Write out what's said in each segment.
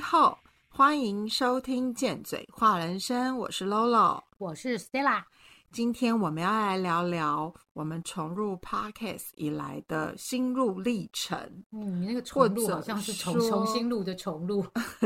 后，欢迎收听健嘴话人生，我是 Lolo， 我是 Stella。 今天我们要来聊聊我们重入 Podcast 以来的心路历程。 你那个重录好像是重新录的重录，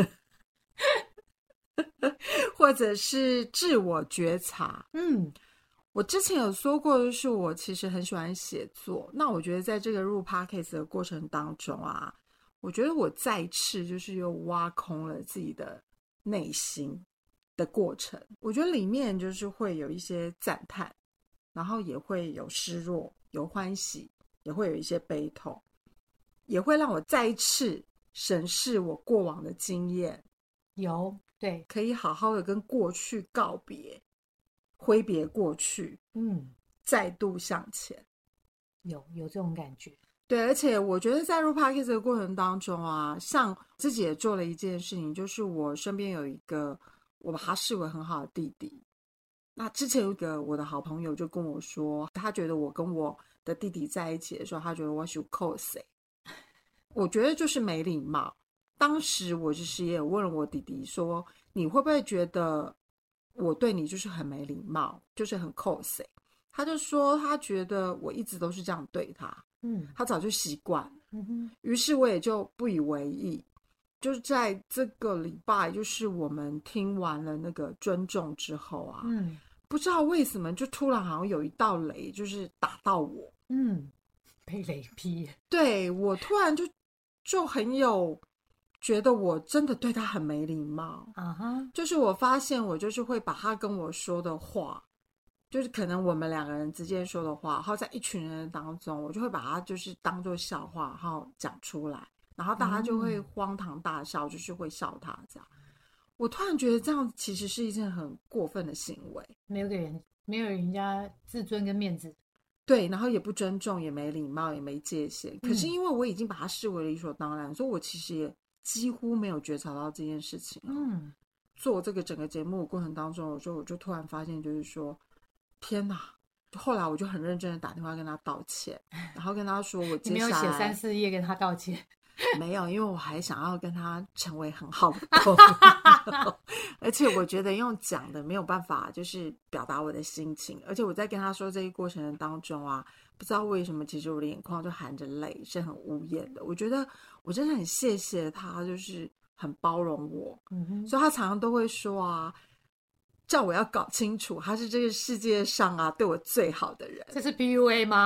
或者是自我觉察。我之前有说过，就是我其实很喜欢写作。那我觉得在这个入 Podcast 的过程当中啊，我觉得我再次就是又挖空了自己的内心的过程。我觉得里面就是会有一些赞叹，然后也会有失落，有欢喜，也会有一些悲痛，也会让我再一次审视我过往的经验。 对， 可以好好的跟过去告别，挥别过去，再度向前。 有这种感觉。 对，而且我觉得在入 Podcast 的过程当中啊，像自己也做了一件事情，就是我身边有一个我把他视为很好的弟弟。那之前有一个我的好朋友就跟我说，他觉得我跟我的弟弟在一起的时候，他觉得我是cos，我觉得就是没礼貌。当时我就是也有问了我弟弟说，你会不会觉得我对你就是很没礼貌，就是很cos？他就说他觉得我一直都是这样对他，他早就习惯了。于是我也就不以为意。就是在这个礼拜，就是我们听完了那个尊重之后啊，不知道为什么就突然好像有一道雷，就是打到我， 被雷劈。 对，我突然就很有觉得我真的对他很没礼貌。就是我发现我就是会把他跟我说的话，就是可能我们两个人之间说的话，然后在一群人当中，我就会把它就是当作笑话，然后讲出来，然后大家就会荒唐大笑，就是会笑他这样。我突然觉得这样其实是一件很过分的行为， 没有人家自尊跟面子。 对，然后也不尊重，也没礼貌，也没界限。可是因为我已经把它视为理所当然，所以我其实也几乎没有觉察到这件事情。做这个整个节目的过程当中，我就突然发现，就是说，天哪！后来我就很认真的打电话跟他道歉，然后跟他说我接下来你没有写3-4页跟他道歉？ 没有，因为我还想要跟他成为很好的朋友，而且我觉得用讲的没有办法就是表达我的心情，而且我在跟他说这一过程当中啊，不知道为什么其实我的眼眶就含着泪，是很无言的。我觉得我真的很谢谢他，就是很包容我，所以他常常都会说啊，叫我要搞清楚他是这个世界上啊对我最好的人。 这是 PUA 吗？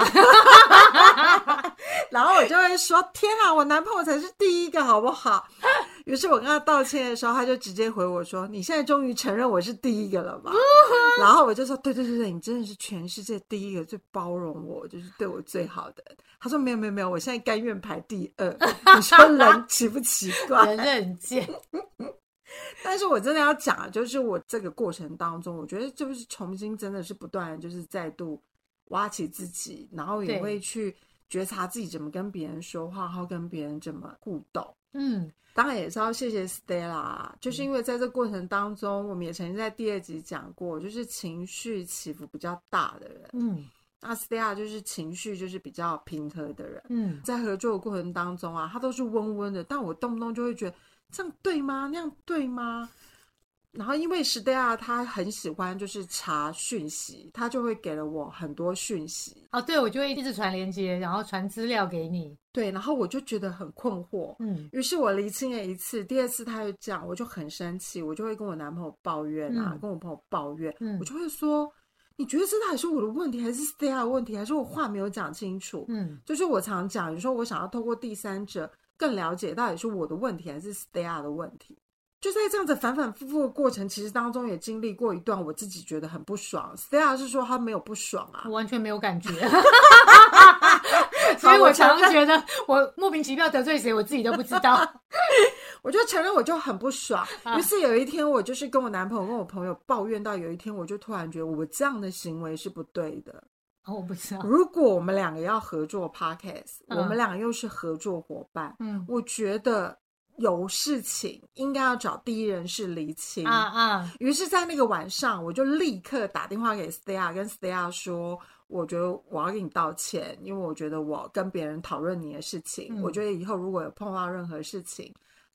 然后我就会说，天啊，我男朋友才是第一个好不好？于是我跟他道歉的时候，他就直接回我说，你现在终于承认我是第一个了吧？然后我就说，对，你真的是全世界第一个最包容我，就是对我最好的人。他说没有，我现在甘愿排第2。你说人奇不奇怪？ 人很贱。 但是我真的要讲的就是我这个过程当中，我觉得就是重新真的是不断的就是再度挖起自己，然后也会去觉察自己怎么跟别人说话，然后跟别人怎么互动。当然也是要谢谢 Stella， 就是因为在这过程当中，我们也曾经在第2集讲过，就是情绪起伏比较大的人。那 Stella 就是情绪就是比较平和的人。在合作的过程当中啊，他都是温温的，但我动不动就会觉得这样对吗？那样对吗？然后因为Stella他很喜欢就是查讯息，他就会给了我很多讯息。 对，我就会一直传连结，然后传资料给你。 对，然后我就觉得很困惑。于是我厘清了一次，第2次他就这样，我就很生气，我就会跟我男朋友抱怨啊，跟我朋友抱怨。我就会说，你觉得这到底是我的问题，还是 Stella 的问题，还是我话没有讲清楚？就是我常讲，有时候我想要透过第三者更了解到底是我的问题，还是 Stella 的问题。就在这样子反反复复的过程，其实当中也经历过一段我自己觉得很不爽。Stella 是说她没有不爽啊， 我完全没有感觉。所以我常常觉得我莫名其妙得罪谁，我自己都不知道。 我就承认我就很不爽。于是有一天我就是跟我男朋友跟我朋友抱怨到，有一天我就突然觉得我这样的行为是不对的。 我不知道， 如果我们两个要合作 Podcast，我们两个又是合作伙伴，我觉得有事情应该要找第一人士厘清。于是在那个晚上我就立刻打电话给 Stella， 跟 Stella 说，我觉得我要跟你道歉，因为我觉得我跟别人讨论你的事情，我觉得以后如果有碰到任何事情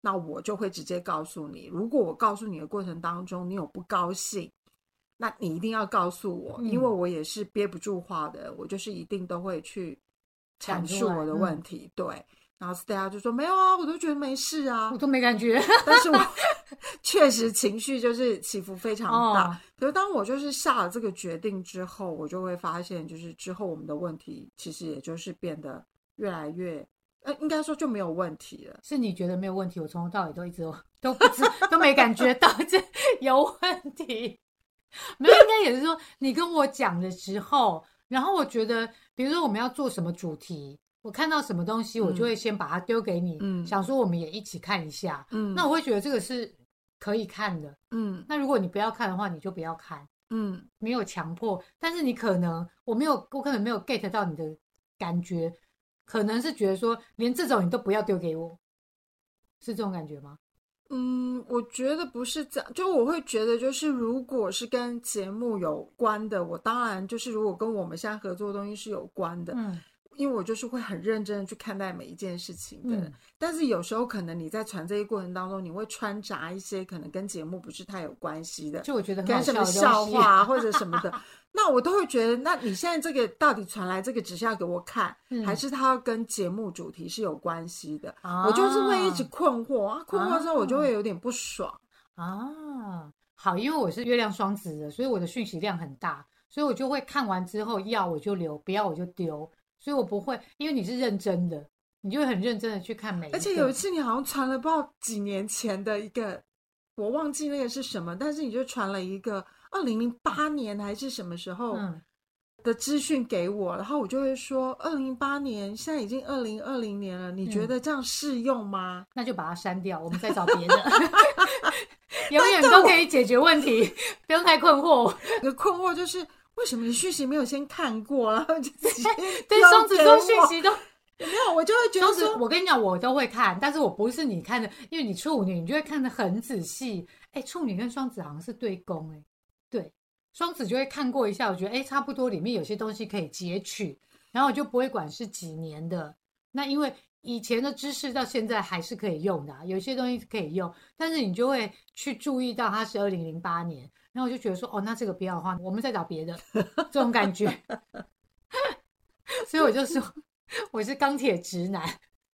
那我就会直接告诉你。如果我告诉你的过程当中你有不高兴，那你一定要告诉我，因为我也是憋不住话的，我就是一定都会去阐述我的问题。对，然后 Stella 就说没有啊，我都觉得没事啊， 我都没感觉。 但是我确实情绪就是起伏非常大。可是当我就是下了这个决定之后，我就会发现就是之后我们的问题其实也就是变得越来越应该说就没有问题了。 是你觉得没有问题，我从头到尾都一直都不知都没感觉到这有问题。没有，应该也是说你跟我讲的时候，然后我觉得比如说我们要做什么主题，我看到什么东西我就会先把它丢给你，想说我们也一起看一下，那我会觉得这个是可以看的，那如果你不要看的话你就不要看，没有强迫，但是你可能我可能没有 get 到你的感觉，可能是觉得说连这种你都不要丢给我，是这种感觉吗？ 我觉得不是这样，就我会觉得就是如果是跟节目有关的，我当然就是如果跟我们现在合作的东西是有关的，因为我就是会很认真的去看待每一件事情的，但是有时候可能你在传这一过程当中，你会穿插一些可能跟节目不是太有关系的， 就我觉得很好笑跟什么笑话或者什么的，那我都会觉得，那你现在这个到底传来这个只是要给我看，还是它要跟节目主题是有关系的？我就是会一直困惑啊，困惑之后我就会有点不爽啊。好，因为我是月亮双子的，所以我的讯息量很大，所以我就会看完之后要我就留，不要我就丢。所以我不会，因为你是认真的，你就会很认真的去看每一个。 而且有一次你好像传了不知道几年前的一个，我忘记那个是什么，但是你就传了一个2008年还是什么时候的资讯给我，然后我就会说2008年现在已经2020年了，你觉得这样适用吗？ 那就把它删掉，我们再找别的。永远都可以解决问题，不用太困惑。 你的困惑就是为什么你讯息没有先看过，然后就直接对双子座讯息都没有，我就会觉得说， 我跟你讲，我都会看，但是我不是你看的，因为你处女，你就会看得很仔细。处女跟双子好像是对宫，对，双子就会看过一下，我觉得差不多里面有些东西可以截取，然后我就不会管是几年的。那因为以前的知识到现在还是可以用的，有些东西可以用，但是你就会去注意到它是2008年，然后我就觉得说，那这个不要的话，我们再找别的，这种感觉。所以我就说我是钢铁直男。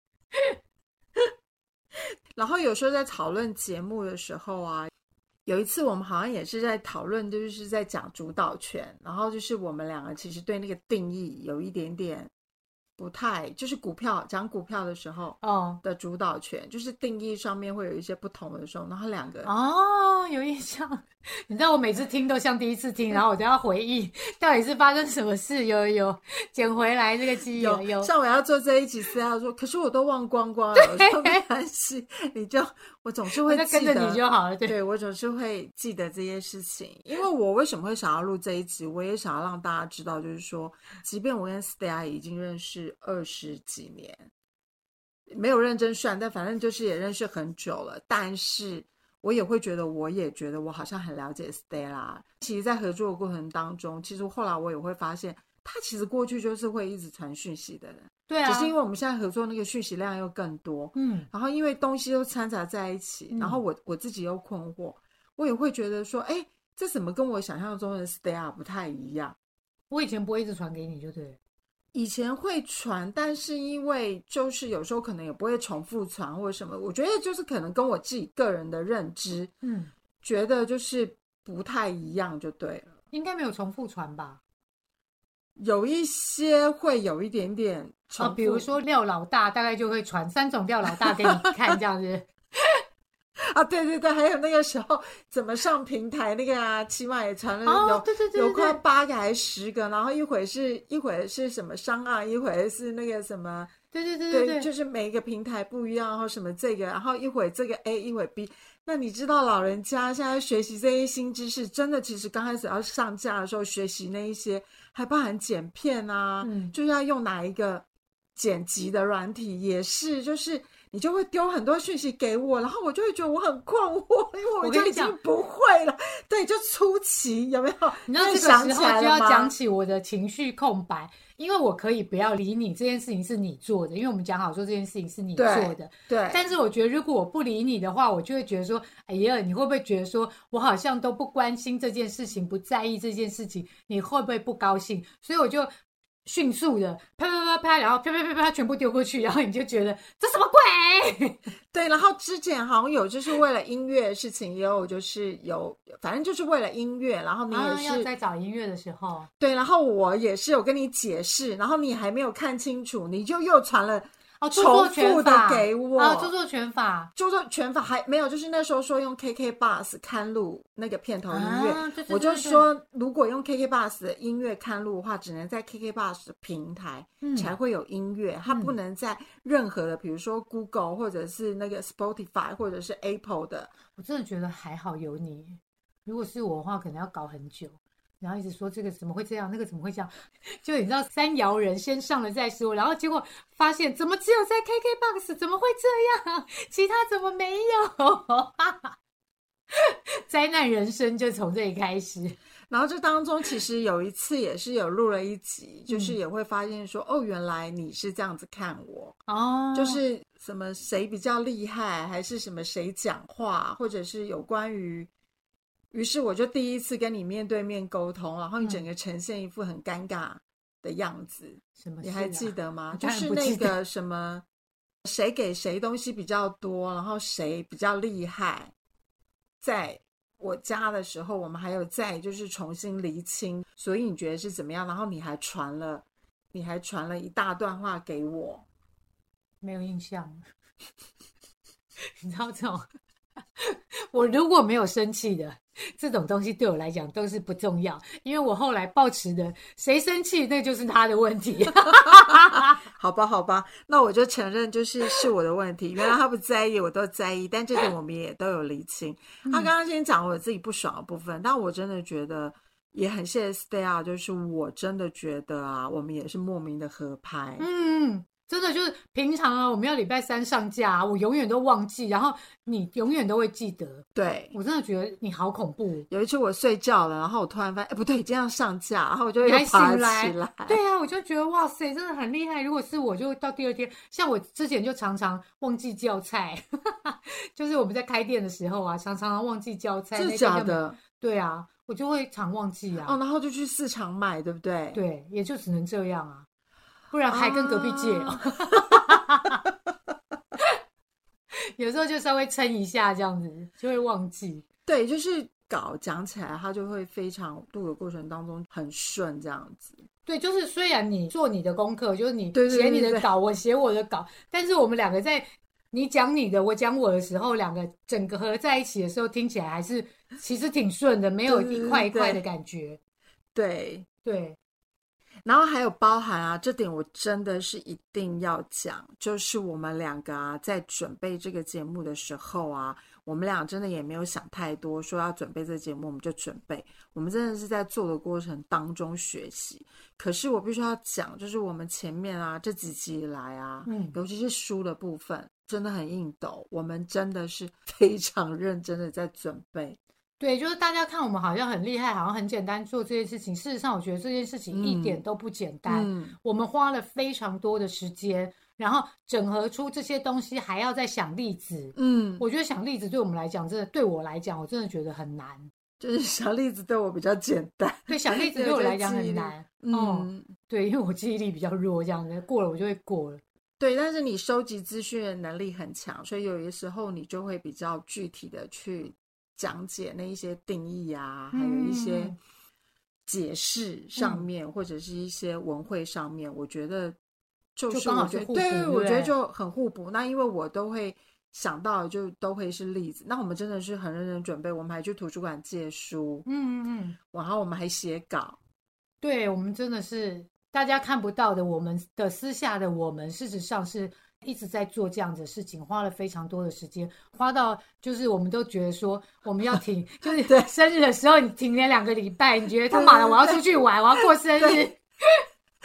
然后有时候在讨论节目的时候啊，有一次我们好像也是在讨论，就是在讲主导权，然后就是我们两个其实对那个定义有一点点不太，就是讲股票的时候的主导权，就是定义上面会有一些不同的时候，然后两个有印象。你知道我每次听都像第一次听，然后我都要回忆到底是发生什么事，有捡回来这个记忆，有。 像我要做这一集是要说，可是我都忘光光了。我说没关系，我总是会记得， 跟着你就好了。 对，我总是会记得这些事情。因为我为什么会想要录这一集，我也想要让大家知道，就是说，即便我跟 Stella 已经认识20几年，没有认真算，但反正就是也认识很久了，但是我也会觉得，我好像很了解 Stella。其实在合作的过程当中，其实后来我也会发现，他其实过去就是会一直传讯息的人。 对啊， 只是因为我们现在合作那个讯息量又更多，然后因为东西都掺杂在一起，然后我自己又困惑，我也会觉得说，这怎么跟我想象中的 Stella 不太一样？ 我以前不会一直传给你就对了。 以前会传，但是因为就是有时候可能也不会重复传或者什么，我觉得就是可能跟我自己个人的认知，觉得就是不太一样就对了。 应该没有重复传吧？ 有一些会有一点点重复， 比如说廖老大大概就会传3种廖老大给你看这样子。 对对对，还有那个时候怎么上平台那个啊，起码也传了有快8个还是10个，然后一会是什么商案，一会是那个什么， 对， 就是每一个平台不一样，然后什么这个，然后一会这个 A 一会 B。那你知道老人家现在学习这些新知识，真的其实刚开始要上架的时候学习那一些，还包含剪片啊，就是要用哪一个剪辑的软体，也是就是你就会丢很多讯息给我，然后我就会觉得我很困惑，因为我就已经不会了。对，就初期有没有？ 你知道这个时候就要讲起我的情绪空白，因为我可以不要理你，这件事情是你做的，因为我们讲好说这件事情是你做的。 对。 但是我觉得如果我不理你的话，我就会觉得说，哎呀，你会不会觉得说我好像都不关心这件事情，不在意这件事情，你会不会不高兴？所以我就迅速的啪啪啪啪，然后啪啪啪啪全部丢过去，然后你就觉得这什么鬼？ 对，然后之前好像有就是为了音乐的事情，也有就是反正就是为了音乐，然后你也是、 要在找音乐的时候， 对，然后我也是有跟你解释，然后你还没有看清楚，你就又传了重复的给我著作权法， 著作权法还没有，就是那时候说用 KKBOX 刊录那个片头音乐， 对， 我就说如果用 KKBOX 的音乐刊录的话，只能在 KKBOX 的平台才会有音乐，它不能在任何的比如说 Google 或者是那个 Spotify 或者是 Apple 的。 我真的觉得还好有你，如果是我的话可能要搞很久，然后一直说这个怎么会这样，那个怎么会这样，就你知道三摇人先上了再说，然后结果发现怎么只有在 KKBOX 怎么会这样，其他怎么没有灾难人生就从这里开始。 然后这当中其实有一次也是有录了一集，就是也会发现说哦，原来你是这样子看我哦，就是什么谁比较厉害，还是什么谁讲话，或者是有关于是我就第一次跟你面对面沟通，然后你整个呈现一副很尴尬的样子，你还记得吗？就是那个什么谁给谁东西比较多，然后谁比较厉害，在我家的时候我们还有再就是重新厘清，所以你觉得是怎么样，然后你还传了一大段话给我。 没有印象你知道这种我如果没有生气的这种东西对我来讲都是不重要，因为我后来抱持的谁生气那就是他的问题好吧，那我就承认是我的问题，原来他不在意我都在意，但这点我们也都有厘清。他刚刚先讲我自己不爽的部分，但我真的觉得也很谢谢 Stella， 就是我真的觉得啊，我们也是莫名的合拍。 真的就是平常啊，我们要礼拜三上架我永远都忘记，然后你永远都会记得。 对， 我真的觉得你好恐怖。 有一次我睡觉了，然后我突然发现不对，今天要上架，然后我就又爬起来。 对啊，我就觉得哇塞，真的很厉害。如果是我就到第二天，像我之前就常常忘记叫菜就是我们在开店的时候啊，常常忘记叫菜。 是假的？ 对啊，我就会常忘记啊。 然后就去市场买，对不对？ 对，也就只能这样啊，不然还跟隔壁借有时候就稍微撑一下这样子就会忘记。 对，就是稿讲起来它就会非常录的过程当中很顺这样子。 对，就是虽然你做你的功课，就是你写你的稿，我写我的稿，但是我们两个在你讲你的我讲我的时候，两个整个合在一起的时候听起来还是其实挺顺的，没有一块一块的感觉。 对， 然后还有包含啊，这点我真的是一定要讲，就是我们两个啊在准备这个节目的时候啊，我们俩真的也没有想太多，说要准备这个节目我们就准备，我们真的是在做的过程当中学习。可是我必须要讲，就是我们前面啊这几集以来啊，尤其是书的部分真的很硬斗，我们真的是非常认真的在准备。 对，就是大家看我们好像很厉害，好像很简单做这件事情，事实上我觉得这件事情一点都不简单。我们花了非常多的时间，然后整合出这些东西，还要再想例子。我觉得想例子对我们来讲，真的对我来讲，我真的觉得很难。 就是想例子对我比较简单， 对，想例子对我来讲很难。对，因为我记忆力比较弱，这样子过了我就会过了。 对，但是你收集资讯的能力很强，所以有的时候你就会比较具体的去讲解那一些定义啊，还有一些解释上面，或者是一些文汇上面，我觉得就是我觉得对，我觉得就很互补。那因为我都会想到的就都会是例子，那我们真的是很认真准备，我们还去图书馆借书，然后我们还写稿。对， 我们真的是大家看不到的，我们的私下的我们事实上是一直在做这样子的事情，花了非常多的时间，花到就是我们都觉得说我们要停就是生日的时候你停了2个礼拜，你觉得他妈的我要出去玩，我要过生日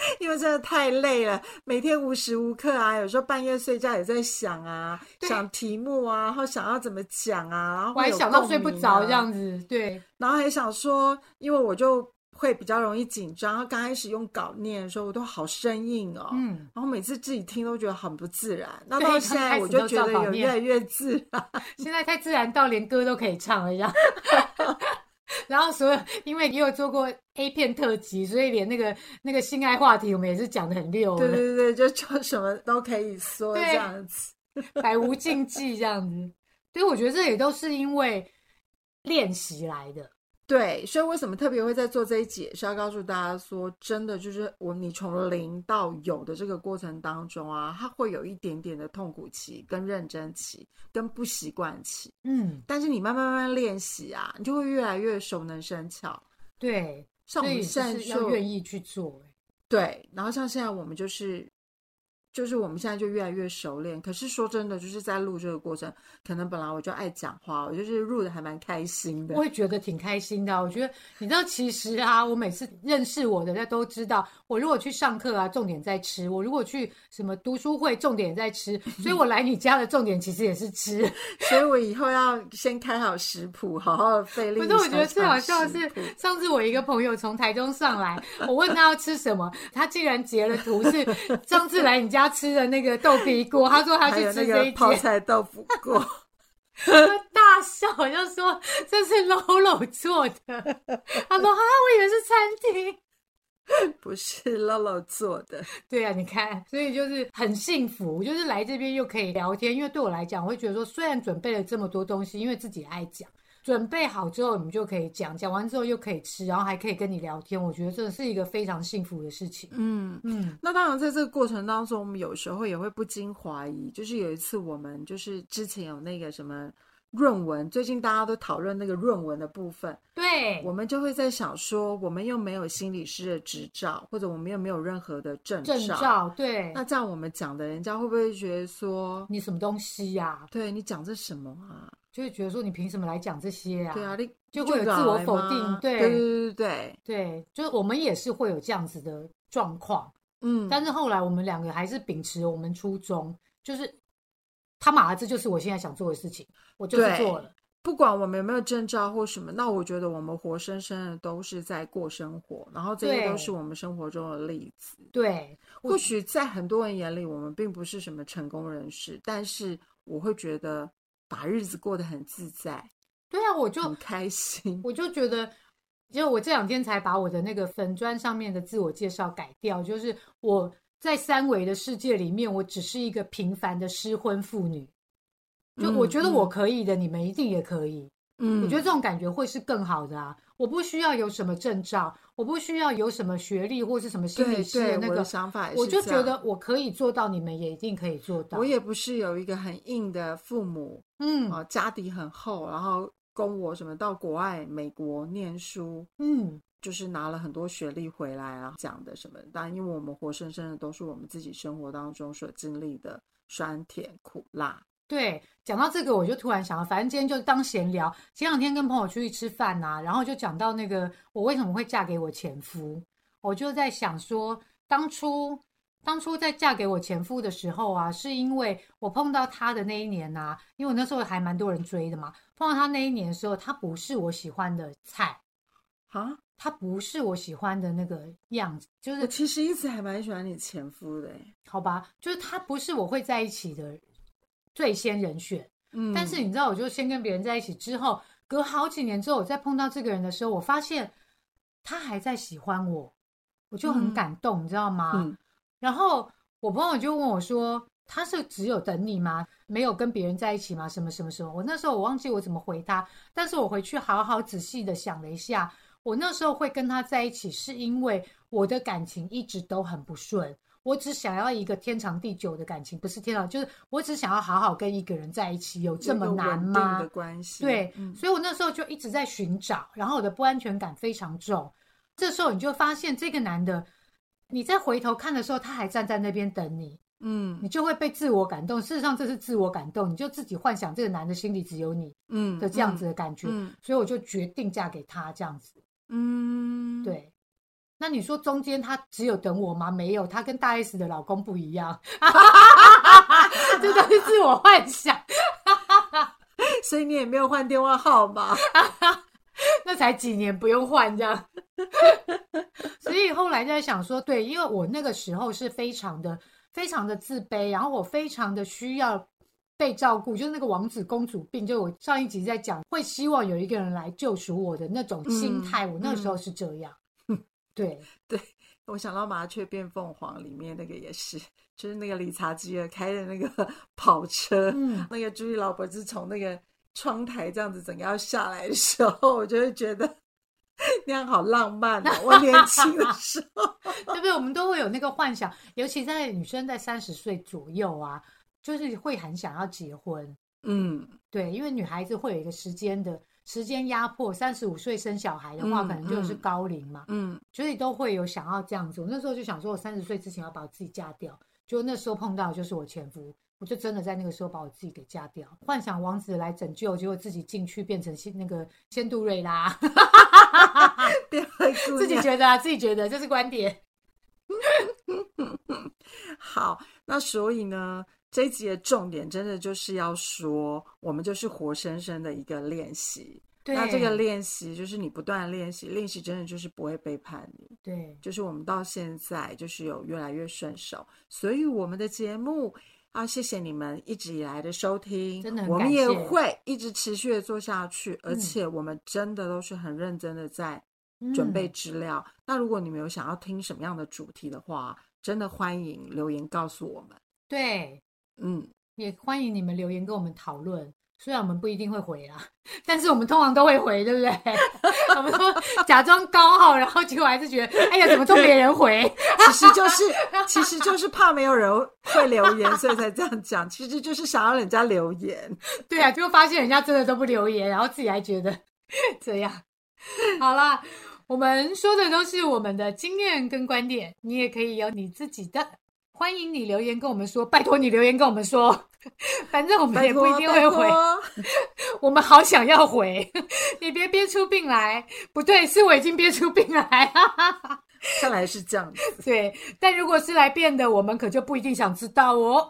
因为真的太累了，每天无时无刻啊，有时候半夜睡觉也在想啊，想题目啊，然后想要怎么讲啊，然后我还想到睡不着这样子，对， 然后还想说，因为我就会比较容易紧张，然后刚开始用稿念的时候，我都好生硬哦，然后每次自己听都觉得很不自然。那到现在我就觉得有越来越自然， 现在太自然到连歌都可以唱了这样。然后所有，因为也有做过 A 片特辑，所以连那个性爱话题我们也是讲得很溜的。 对对对，就什么都可以说这样子， 百无禁忌这样子。对，我觉得这也都是因为练习来的。 对，所以为什么特别会在做这一集，也是要告诉大家说，真的就是你从零到有的这个过程当中啊，它会有一点点的痛苦期、跟认真期、跟不习惯期。但是你慢慢练习啊，你就会越来越熟能生巧。 对， 像我们现在要愿意去做。 对，然后像现在我们就是我们现在就越来越熟练。可是说真的，就是在录这个过程，可能本来我就爱讲话，我就是录的还蛮开心的。 我也觉得挺开心的。我觉得你知道，其实啊，我每次认识我的人都知道，我如果去上课啊，重点在吃；我如果去什么读书会，重点在吃。所以我来你家的重点其实也是吃。 所以我以后要先开好食谱，好好的费力。 可是我觉得最好笑的是，上次我一个朋友从台中上来，我问他要吃什么，他竟然截了图是上次来你家吃的那个豆皮锅，他说他去吃这一间， 还有那个泡菜豆腐锅。 大笑，我就说这是 Lolo 做的。他说我以为是餐厅， 不是 Lolo 做的。 对啊，你看，所以就是很幸福，就是来这边又可以聊天。因为对我来讲，我会觉得说，虽然准备了这么多东西，因为自己爱讲，准备好之后你们就可以讲，讲完之后又可以吃，然后还可以跟你聊天，我觉得这是一个非常幸福的事情。 那当然在这个过程当中，我们有时候也会不禁怀疑，就是有一次我们就是之前有那个什么论文，最近大家都讨论那个论文的部分， 对， 我们就会在想说，我们又没有心理师的执照，或者我们又没有任何的证照， 对， 那这样我们讲的，人家会不会觉得说你什么东西呀？ 对，你讲这什么啊？ 就会觉得说你凭什么来讲这些啊？ 对啊，你就会有自我否定。 对， 就是我们也是会有这样子的状况。但是后来我们两个还是秉持我们初衷，就是他妈这就是我现在想做的事情，我就是做了。 不管我们有没有证照或什么，那我觉得我们活生生的都是在过生活，然后这些都是我们生活中的例子。 对， 或许在很多人眼里，我们并不是什么成功人士，但是我会觉得把日子过得很自在。 对啊，我就很开心。 我就觉得，就我这2天才把我的那个粉专上面的自我介绍改掉，就是我在3维的世界里面，我只是一个平凡的失婚妇女。就我觉得我可以的，你们一定也可以。我觉得这种感觉会是更好的啊！我不需要有什么证照，我不需要有什么学历或是什么心理师的那个我的想法也是我就觉得我可以做到，你们也一定可以做到。 我也不是有一个很硬的父母，家底很厚，然后供我什么到国外美国念书，就是拿了很多学历回来啊讲的什么。但因为我们活生生的都是我们自己生活当中所经历的酸甜苦辣。 对，讲到这个我就突然想到，反正今天就当闲聊。前2天跟朋友出去吃饭啊，然后就讲到那个我为什么会嫁给我前夫，我就在想说，当初在嫁给我前夫的时候啊，是因为我碰到他的那一年啊，因为我那时候还蛮多人追的嘛，碰到他那一年的时候，他不是我喜欢的菜啊， 他不是我喜欢的那个样子，就是我其实一直还蛮喜欢你前夫的。 好吧，就是他不是我会在一起的最先人选。但是你知道，我就先跟别人在一起之后，隔好几年之后，我再碰到这个人的时候，我发现他还在喜欢我，我就很感动，你知道吗？然后我朋友就问我说，他是只有等你吗？没有跟别人在一起吗？什么什么什么？我那时候我忘记我怎么回他，但是我回去好好仔细的想了一下，我那时候会跟他在一起，是因为我的感情一直都很不顺。我只想要一个天长地久的感情，不是天长，就是我只想要好好跟一个人在一起，有这么难吗？ 稳定的关系。 对，所以我那时候就一直在寻找，然后我的不安全感非常重。这时候你就发现这个男的，你再回头看的时候，他还站在那边等你，你就会被自我感动。事实上这是自我感动，你就自己幻想这个男的心里只有你，的这样子的感觉，所以我就决定嫁给他这样子。对。 那你说中间他只有等我吗？没有，他跟大 S 的老公不一样，这都是自我幻想。 所以你也没有换电话号码。 那才几年不用换这样。所以后来就在想说，对，因为我那个时候是非常的自卑，然后我非常的需要被照顾，就是那个王子公主病，就我上一集在讲，会希望有一个人来救赎我的那种心态，我那个时候是这样。对对，我想到麻雀变凤凰里面那个也是，就是那个理查基尔开的那个跑车，那个朱莉老伯是从那个窗台这样子整个要下来的时候，我就会觉得那样好浪漫哦。我年轻的时候对不对？我们都会有那个幻想，尤其在女生在30岁左右啊，就是会很想要结婚。对，因为女孩子会有一个时间压迫，35岁生小孩的话，可能就是高龄嘛，所以都会有想要这样子。我那时候就想说，我30岁之前要把我自己嫁掉，就那时候碰到的就是我前夫，我就真的在那个时候把我自己给嫁掉，幻想王子来拯救，结果自己进去变成那个仙杜瑞拉， 变灰姑娘， 自己觉得这是观点。 好，那所以呢，这一集的重点真的就是要说，我们就是活生生的一个练习。 对， 那这个练习就是你不断练习，练习真的就是不会背叛你。 对， 就是我们到现在就是有越来越顺手，所以我们的节目谢谢你们一直以来的收听， 真的很感谢， 我们也会一直持续的做下去，而且我们真的都是很认真的在准备资料。那如果你们有想要听什么样的主题的话，真的欢迎留言告诉我们。 对，也欢迎你们留言跟我们讨论。虽然我们不一定会回啦，但是我们通常都会回，对不对？我们都假装高傲，然后结果还是觉得，哎呀，怎么都没人回？ 其实就是怕没有人会留言，所以才这样讲。其实就是想要人家留言。 对啊，就发现人家真的都不留言，然后自己还觉得这样。好啦，我们说的都是我们的经验跟观点，你也可以有你自己的。欢迎你留言跟我们说，拜托你留言跟我们说，反正我们也不一定会回，我们好想要回，你别憋出病来。不对，是我已经憋出病来。 看来是这样子。 对，但如果是来变的，我们可就不一定想知道哦。